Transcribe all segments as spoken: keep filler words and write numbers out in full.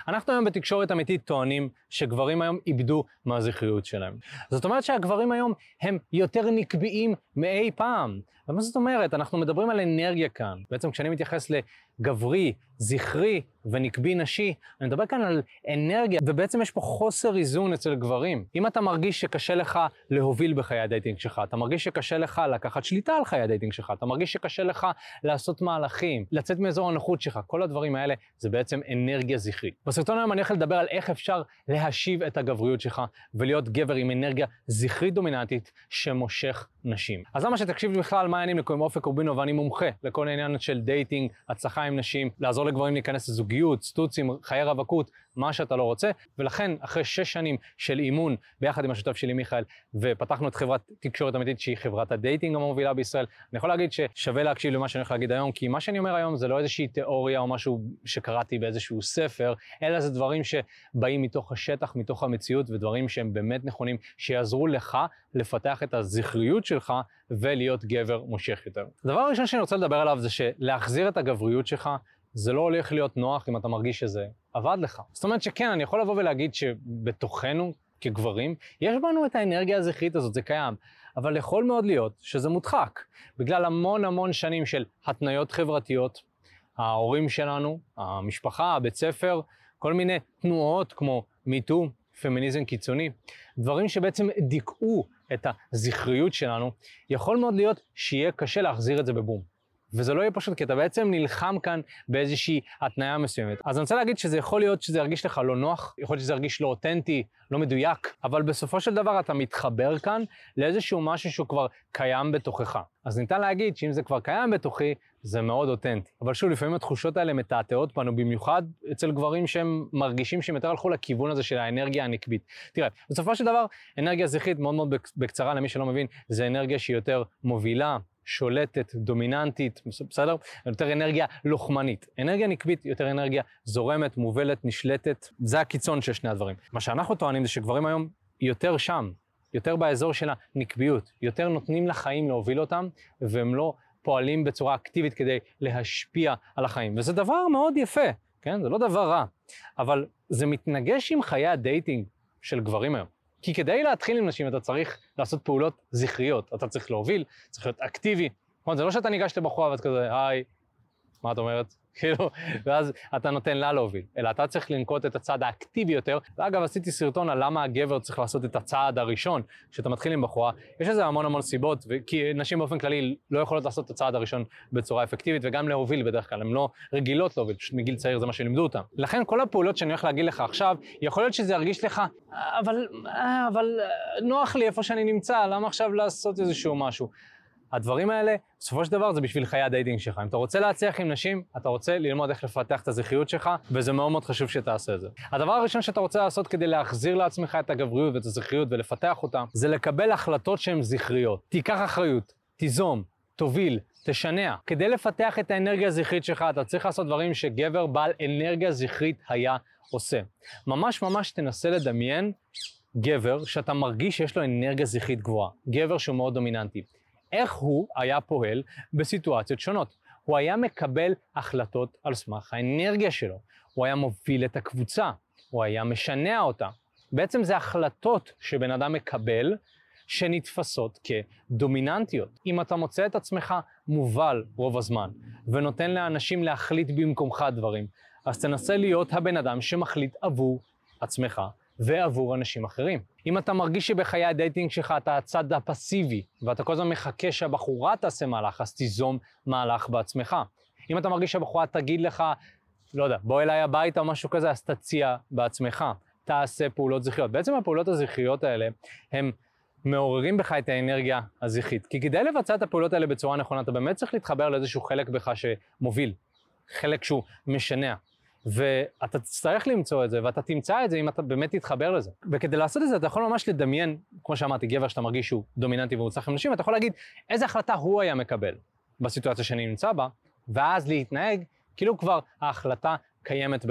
אנחנו היום בתקשורת אמיתית טוענים שגברים היום איבדו מהזכריות שלהם. זאת אומרת שהגברים היום הם יותר נקביים מאי פעם. ומה זאת אומרת? אנחנו מדברים על אנרגיה כאן. בעצם כשאני מתייחס לגברי, זכרי ונקבי נשי, אני מדבר כאן על אנרגיה, ובעצם יש פה חוסר איזון אצל גברים. אם אתה מרגיש שקשה לך להוביל בחיי הדייטינג שלך, אתה מרגיש שקשה לך לקחת שליטה על חיי הדייטינג שלך, אתה מרגיש שקשה לך לעשות מהלכים, לצאת מאזור הנוחות שלך, כל הדברים האלה זה בעצם אנרגיה זכרית. בסרטון היום אני הולך לדבר על איך אפשר להשיב את הגבריות שלך ולהיות גבר עם אנרגיה זכרית דומיננטית שמושך נשים. אז למה שתקשיב לי בכלל מה העניינים לקוראים אופק רובינו, ואני מומחה לכל העניין של דייטינג, הצלחה עם נשים, לעזור לגברים להיכנס לזוגיות, סטוצים, חיי רווקות, מה שאתה לא רוצה. ולכן אחרי שש שנים של אימון ביחד עם השותף שלי מיכאל, ופתחנו את חברת תקשורת אמיתית שהיא חברת הדייטינג המובילה בישראל, אני יכול להגיד ששווה להקשיב למה שאני הולך להגיד היום, כי מה שאני אומר היום זה לא איזושהי תיאוריה או משהו שקראתי באיזשהו ספר, אלא זה דברים שבאים מתוך השטח, מתוך המציאות, ודברים שהם באמת נכונים, שיעזרו לך לפתח את הזכריות שלך ולהיות גבר מושך יותר. הדבר הראשון שאני רוצה לדבר עליו זה שלהחזיר את הגבריות שלך, זה לא הולך להיות נוח אם אתה מרגיש שזה עבד לך. זאת אומרת שכן, אני יכול לבוא ולהגיד שבתוכנו, כגברים, יש בנו את האנרגיה הזכרית הזאת, זה קיים, אבל יכול מאוד להיות שזה מודחק, בגלל המון המון שנים של התניות חברתיות, ההורים שלנו, המשפחה, הבית ספר, כל מיני תנועות כמו מיטו, פמיניזם קיצוני, דברים שבעצם דיכאו את הזכריות שלנו, יכול מאוד להיות שיהיה קשה להחזיר את זה בבום. וזה לא יהיה פשוט, כי אתה בעצם נלחם כאן באיזושהי התניה מסוימת. אז אני רוצה להגיד שזה יכול להיות שזה ירגיש לך לא נוח, יכול להיות שזה ירגיש לא אותנטי, לא מדויק, אבל בסופו של דבר אתה מתחבר כאן לאיזשהו משהו שהוא כבר קיים בתוכך. אז ניתן להגיד שאם זה כבר קיים בתוכי, זה מאוד אותנטי. אבל שוב, לפעמים התחושות האלה מתעתעות בנו, במיוחד אצל גברים שהם מרגישים שהם יותר הלכו לכיוון הזה של האנרגיה הנקבית. תראה, בסופו של דבר, אנרגיה זכרית, מאוד מאוד בקצרה למי שלא מבין, זה אנרגיה שהיא יותר מובילה, שולטת, דומיננטית, בסדר? יותר אנרגיה לוחמנית. אנרגיה נקבית, יותר אנרגיה זורמת, מובלת, נשלטת. זה הקיצון של שני הדברים. מה שאנחנו טוענים זה שגברים היום יותר שם, יותר באזור של הנקביות, יותר נותנים לחיים להוביל אותם, והם לא פועלים בצורה אקטיבית כדי להשפיע על החיים. וזה דבר מאוד יפה, כן? זה לא דבר רע. אבל זה מתנגש עם חיי הדייטינג של גברים היום. כי כדי להתחיל עם נשים אתה צריך לעשות פעולות זכריות, אתה צריך להוביל, צריך להיות אקטיבי. זה לא שאתה ניגש לבחורה ואת כזה, היי, מה את אומרת? כאילו, ואז אתה נותן לה להוביל, אלא אתה צריך לנקוט את הצעד האקטיבי יותר. ואגב, עשיתי סרטון על למה הגבר צריך לעשות את הצעד הראשון, כשאתה מתחיל עם בחורה. יש לזה המון המון סיבות, כי נשים באופן כללי לא יכולות לעשות את הצעד הראשון בצורה אפקטיבית, וגם להוביל בדרך כלל, הן לא רגילות להוביל, פשוט מגיל צעיר זה מה שלימדו אותם. לכן כל הפעולות שאני הולך להגיד לך עכשיו, יכול להיות שזה ירגיש לך, אבל, אבל נוח לי איפה שאני נמצא, למה עכשיו לעשות איזשהו משהו? הדברים האלה, בסופו של דבר זה בשביל חיי הדייטינג שלך. אם אתה רוצה להצליח עם נשים, אתה רוצה ללמוד איך לפתח את הזכריות שלך, וזה מאוד מאוד חשוב שתעשה את זה. הדבר הראשון שאתה רוצה לעשות כדי להחזיר לעצמך את הגבריות ואת הזכריות ולפתח אותה, זה לקבל החלטות שהן זכריות. תיקח אחריות, תיזום, תוביל, תשנע. כדי לפתח את האנרגיה הזכרית שלך, אתה צריך לעשות דברים שגבר בעל אנרגיה זכרית היה עושה. ממש ממש תנסה לדמיין גבר שאתה מרגיש שיש לו אנרגיה זכרית גבוהה. גבר שהוא מאוד דומיננטי. איך הוא היה פועל בסיטואציות שונות. הוא היה מקבל החלטות על סמך האנרגיה שלו. הוא היה מוביל את הקבוצה. הוא היה משנע אותה. בעצם זה החלטות שבן אדם מקבל שנתפסות כדומיננטיות. אם אתה מוצא את עצמך מובל רוב הזמן ונותן לאנשים להחליט במקומך דברים, אז תנסה להיות הבן אדם שמחליט עבור עצמך ועבור אנשים אחרים. אם אתה מרגיש שבחיי הדייטינג שלך אתה הצד הפסיבי, ואתה כל הזמן מחכה שהבחורה תעשה מהלך, אז תיזום מהלך בעצמך. אם אתה מרגיש שהבחורה תגיד לך, לא יודע, בוא אליי הביתה או משהו כזה, אז תציע בעצמך, תעשה פעולות זכריות. בעצם הפעולות הזכריות האלה, הם מעוררים בך את האנרגיה הזכרית. כי כדי לבצע את הפעולות האלה בצורה נכונה, אתה באמת צריך להתחבר לאיזשהו חלק בך שמוביל, חלק שהוא משנע. ואתה תצטרך למצוא את זה, ואתה תמצא את זה אם אתה באמת תתחבר לזה. וכדי לעשות את זה, אתה יכול ממש לדמיין, כמו שאמרתי, גבר שאתה מרגיש שהוא דומיננטי והוא צריך עם נשים, אתה יכול להגיד איזה החלטה הוא היה מקבל בסיטואציה שאני נמצא בה, ואז להתנהג כאילו כבר ההחלטה קיימת בך.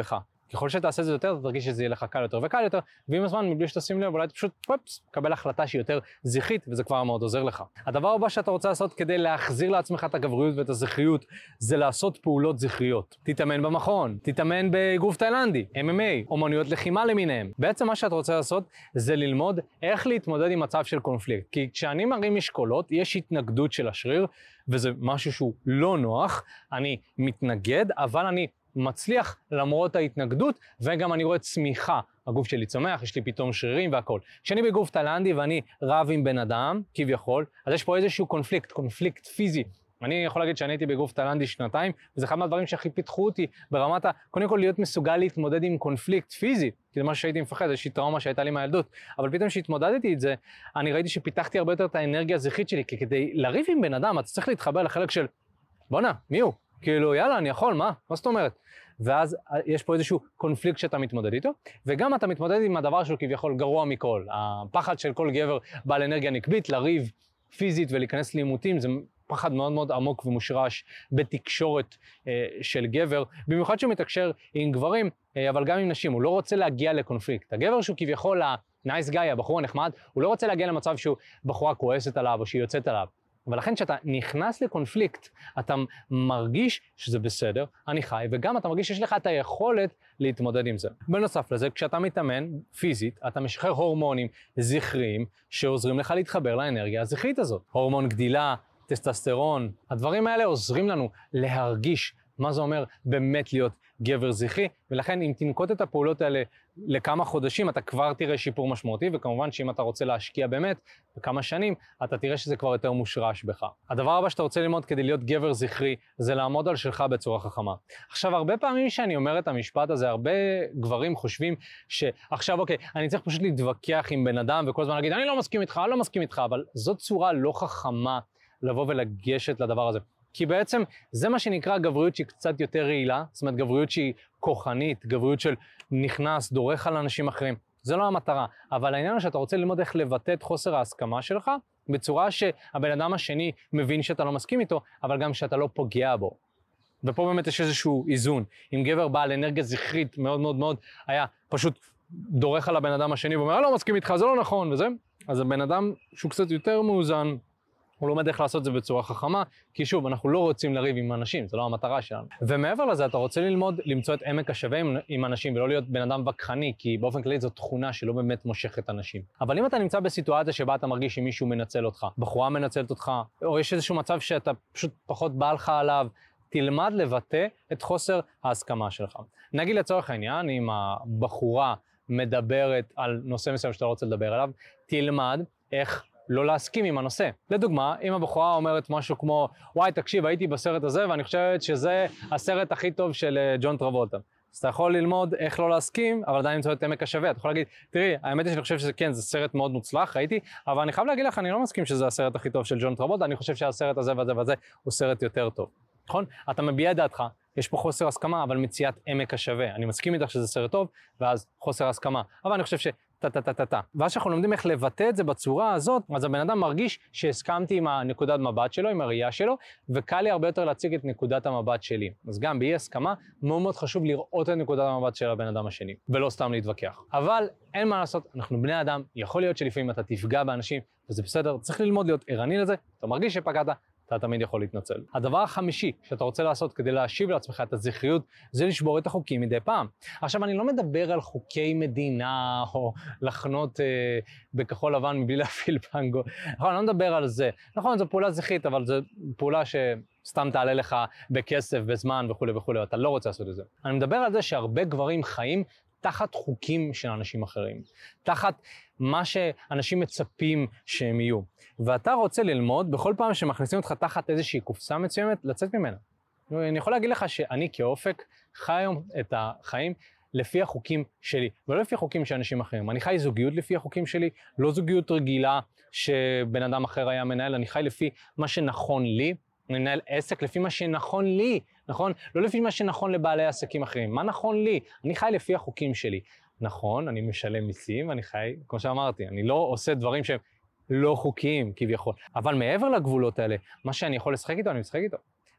ככל שתעשה את זה יותר, אתה תרגיש שזה יהיה לך קל יותר וקל יותר, ועם הזמן, מבלי שתשים לב, אולי אתה פשוט, פופס, קבל החלטה שהיא יותר זכרית, וזה כבר מאוד עוזר לך. הדבר הבא שאתה רוצה לעשות כדי להחזיר לעצמך את הגבריות ואת הזכריות, זה לעשות פעולות זכריות. תתאמן במכון, תתאמן באגרוף תאילנדי, אם אם איי, אומנויות לחימה למיניהם. בעצם מה שאתה רוצה לעשות, זה ללמוד איך להתמודד עם מצב של קונפליקט. כי כשאני מרים משקולות, יש התנגדות של השריר, וזה משהו שהוא לא נוח, אני מתנגד, אבל אני מצליח למרות ההתנגדות, וגם אני רואה צמיחה. הגוף שלי צומח, יש לי פתאום שרירים והכל. כשאני בגוף תאילנדי ואני רב עם בן אדם, כביכול, אז יש פה איזשהו קונפליקט, קונפליקט פיזי. אני יכול להגיד שאני הייתי בגוף תאילנדי שנתיים, וזה אחד מהדברים שהכי פיתחו אותי ברמת ה... קודם כל להיות מסוגל להתמודד עם קונפליקט פיזי, כי זה מה שהייתי מפחד, זה איזושהי טראומה שהייתה לי מהילדות. אבל פתאום שהתמודדתי את זה, אני ראיתי שפיתחתי הרבה יותר את האנרגיה הזכרית שלי, כי כדי לריב עם בן אדם, אתה צריך להתחבר לחלק של, בוא'נה, מי הוא? כאילו, יאללה, אני יכול, מה? מה זאת אומרת? ואז יש פה איזשהו קונפליקט שאתה מתמודד איתו, וגם אתה מתמודד עם הדבר שהוא כביכול גרוע מכל. הפחד של כל גבר בעל אנרגיה נקבית, לריב פיזית ולהיכנס לעימותים, זה פחד מאוד מאוד עמוק ומושרש בתקשורת אה, של גבר, במיוחד שהוא מתקשר עם גברים, אה, אבל גם עם נשים. הוא לא רוצה להגיע לקונפליקט. הגבר שהוא כביכול ה-nice guy, הבחור הנחמד, הוא לא רוצה להגיע למצב שהוא בחורה כועסת עליו או שהיא יוצאת עליו. ולכן כשאתה נכנס לקונפליקט, אתה מרגיש שזה בסדר, אני חי, וגם אתה מרגיש שיש לך את היכולת להתמודד עם זה. בנוסף לזה, כשאתה מתאמן פיזית, אתה משחרר הורמונים זכריים שעוזרים לך להתחבר לאנרגיה הזכרית הזאת. הורמון גדילה, טסטסטרון, הדברים האלה עוזרים לנו להרגיש מה זה אומר באמת להיות גבר זכרי, ולכן אם תנקוט את הפעולות האלה לכמה חודשים, אתה כבר תראה שיפור משמעותי, וכמובן שאם אתה רוצה להשקיע באמת בכמה שנים, אתה תראה שזה כבר יותר מושרש בך. הדבר הבא שאתה רוצה ללמוד כדי להיות גבר זכרי, זה לעמוד על שלך בצורה חכמה. עכשיו, הרבה פעמים שאני אומר את המשפט הזה, הרבה גברים חושבים שעכשיו, אוקיי, אני צריך פשוט להתווכח עם בן אדם, וכל הזמן להגיד, אני לא מסכים איתך, אני לא מסכים איתך, אבל זאת צורה לא חכמה לבוא ולגשת לדבר הזה. כי בעצם זה מה שנקרא גבריות שהיא קצת יותר רעילה, זאת אומרת גבריות שהיא כוחנית, גבריות של נכנס, דורך על אנשים אחרים. זה לא המטרה, אבל העניין הוא שאתה רוצה ללמוד איך לבטא את חוסר ההסכמה שלך, בצורה שהבן אדם השני מבין שאתה לא מסכים איתו, אבל גם שאתה לא פוגע בו. ופה באמת יש איזשהו איזון. אם גבר בעל אנרגיה זכרית מאוד מאוד מאוד, היה פשוט דורך על הבן אדם השני ואומר, אני לא מסכים איתך, זה לא נכון, וזה. אז הבן אדם שהוא קצת יותר מאוזן, הוא לומד איך לעשות את זה בצורה חכמה, כי שוב, אנחנו לא רוצים לריב עם אנשים, זה לא המטרה שלנו. ומעבר לזה, אתה רוצה ללמוד למצוא את עמק השווה עם, עם אנשים, ולא להיות בן אדם וכחני, כי באופן כללי זו תכונה שלא באמת מושכת אנשים. אבל אם אתה נמצא בסיטואציה שבה אתה מרגיש שמישהו מנצל אותך, בחורה מנצלת אותך, או יש איזשהו מצב שאתה פשוט פחות בא לך עליו, תלמד לבטא את חוסר ההסכמה שלך. נגיד לצורך העניין, אם הבחורה מדברת על נושא מסוים שאתה לא רוצה לדבר עליו, תלמד איך לא להסכים עם הנושא. לדוגמה, אם הבחורה אומרת משהו כמו, וואי, תקשיב, הייתי בסרט הזה, ואני חושבת שזה הסרט הכי טוב של ג'ון טרבולטה. אז אתה יכול ללמוד איך לא להסכים, אבל עדיין למצוא את עמק השווה. אתה יכול להגיד, תראי, האמת היא שאני חושב שזה כן, זה סרט מאוד מוצלח, ראיתי, אבל אני חייב להגיד לך, אני לא מסכים שזה הסרט הכי טוב של ג'ון טרבולטה, אני חושב שהסרט הזה וזה וזה הוא סרט יותר טוב. נכון? אתה מביע את דעתך, יש פה חוסר הסכמה, אבל מציאת עמק השווה. אני מסכים איתך שזה סרט טוב, ואז חוסר הסכמה. אבל אני חושב ש... טה-טה-טה-טה. ואז שאנחנו לומדים איך לבטא את זה בצורה הזאת, אז הבן אדם מרגיש שהסכמתי עם הנקודת מבט שלו, עם הראייה שלו, וקל לי הרבה יותר להציג את נקודת המבט שלי. אז גם באי הסכמה, מאוד מאוד חשוב לראות את נקודת המבט של הבן אדם השני, ולא סתם להתווכח. אבל אין מה לעשות, אנחנו בני אדם, יכול להיות שלפעמים אתה תפגע באנשים, וזה בסדר, צריך ללמוד להיות ערני לזה, אתה מרגיש שפגעת, אתה תמיד יכול להתנצל. הדבר החמישי שאתה רוצה לעשות כדי להשיב לעצמך את הזכריות, זה לשבור את החוקים מדי פעם. עכשיו, אני לא מדבר על חוקי מדינה, או לחנות אה, בכחול לבן מבלי להפעיל פנגו. נכון, אני לא מדבר על זה. נכון, זו פעולה זכרית, אבל זו פעולה שסתם תעלה לך בכסף, בזמן וכו' וכו', אתה לא רוצה לעשות את זה. אני מדבר על זה שהרבה גברים חיים תחת חוקים של אנשים אחרים, תחת מה שאנשים מצפים שהם יהיו. ואתה רוצה ללמוד, בכל פעם שמכניסים אותך תחת איזושהי קופסה מסוימת, לצאת ממנה. אני יכול להגיד לך שאני כאופק חי היום את החיים לפי החוקים שלי, ולא לפי החוקים של אנשים אחרים. אני חי זוגיות לפי החוקים שלי, לא זוגיות רגילה שבן אדם אחר היה מנהל, אני חי לפי מה שנכון לי, אני מנהל עסק לפי מה שנכון לי, נכון? לא לפי מה שנכון לבעלי עסקים אחרים. מה נכון לי? אני חי לפי החוקים שלי. נכון, אני משלם מיסים, אני חי, כמו שאמרתי, אני לא עושה דברים שהם לא חוקיים כביכול. אבל מעבר לגבולות האלה, מה שאני יכול לשחק איתו, אני משחק איתו.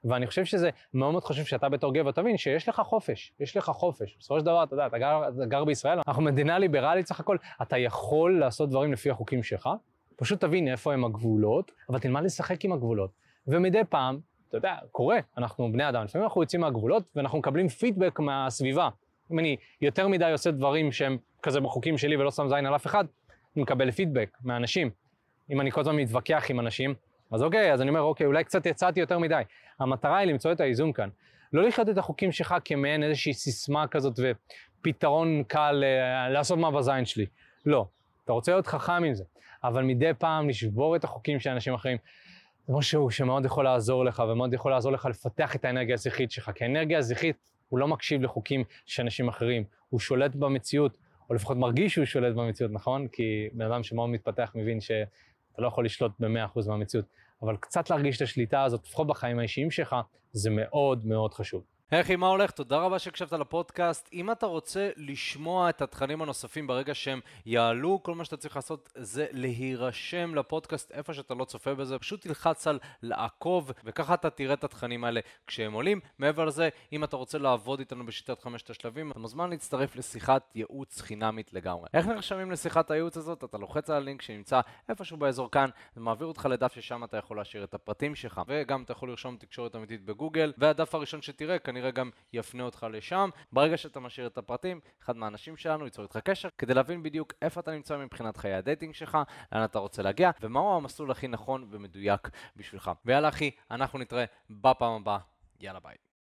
ואני חושב שזה מאוד מאוד חשוב שאתה בתור גבר תבין שיש לך חופש, יש לך חופש. בסופו של דבר, אתה יודע, אתה גר, אתה גר בישראל, אנחנו מדינה ליברלית סך הכל, אתה יכול לעשות דברים לפי החוקים שלך, פשוט תבין איפה הם הגבולות, אבל תלמד לשחק עם הגבולות. ומדי פעם, אתה יודע, קורה, אנחנו בני אדם, לפעמים אנחנו יוצאים מהגבולות ואנחנו מקבלים פידבק מהסביבה. אם אני יותר מדי עושה דברים שהם כזה בחוקים שלי ולא שם זין על אף אחד, אני מקבל פידבק מהאנשים. אם אני כל הזמן מתווכח עם אנשים, אז אוקיי, אז אני אומר, אוקיי, אולי קצת יצאתי יותר מדי. המטרה היא למצוא את האיזון כאן. לא לחיות את החוקים שלך כמעין איזושהי סיסמה כזאת ופתרון קל אה, לעשות מה בזין שלי. לא, אתה רוצה להיות חכם עם זה, אבל מדי פעם לשבור את החוקים של אנשים אחרים, זה משהו שמאוד יכול לעזור לך, ומאוד יכול לעזור לך לפתח את האנרגיה הזכרית שלך, כי האנרגיה הזכרית הוא לא מקשיב לחוקים של אנשים אחרים, הוא שולט במציאות, או לפחות מרגיש שהוא שולט במציאות, נכון? כי בן אדם שמאוד מתפתח מבין שאתה לא יכול לשלוט ב-מאה אחוז מהמציאות, אבל קצת להרגיש את השליטה הזאת, לפחות בחיים האישיים שלך, זה מאוד מאוד חשוב. היי אחי, מה הולך? תודה רבה שהקשבת לפודקאסט. אם אתה רוצה לשמוע את התכנים הנוספים ברגע שהם יעלו, כל מה שאתה צריך לעשות זה להירשם לפודקאסט איפה שאתה לא צופה בזה. פשוט תלחץ על לעקוב, וככה אתה תראה את התכנים האלה כשהם עולים. מעבר לזה, אם אתה רוצה לעבוד איתנו בשיטת חמשת השלבים, אתה מוזמן להצטרף לשיחת ייעוץ חינמית לגמרי. איך נרשמים לשיחת הייעוץ הזאת? אתה לוחץ על הלינק שנמצא איפשהו באזור כאן, זה מעביר אותך לדף ששם אתה יכול להשאיר את הפרטים שלך, וגם אתה יכול לרשום תקשורת אמיתית בגוגל, והדף הראשון שתראה כנראה גם יפנה אותך לשם. ברגע שאתה משאיר את הפרטים, אחד מהאנשים שלנו ייצור איתך קשר כדי להבין בדיוק איפה אתה נמצא מבחינת חיי הדייטינג שלך, לאן אתה רוצה להגיע, ומהו המסלול הכי נכון ומדויק בשבילך. ויאללה אחי, אנחנו נתראה בפעם הבאה. יאללה ביי.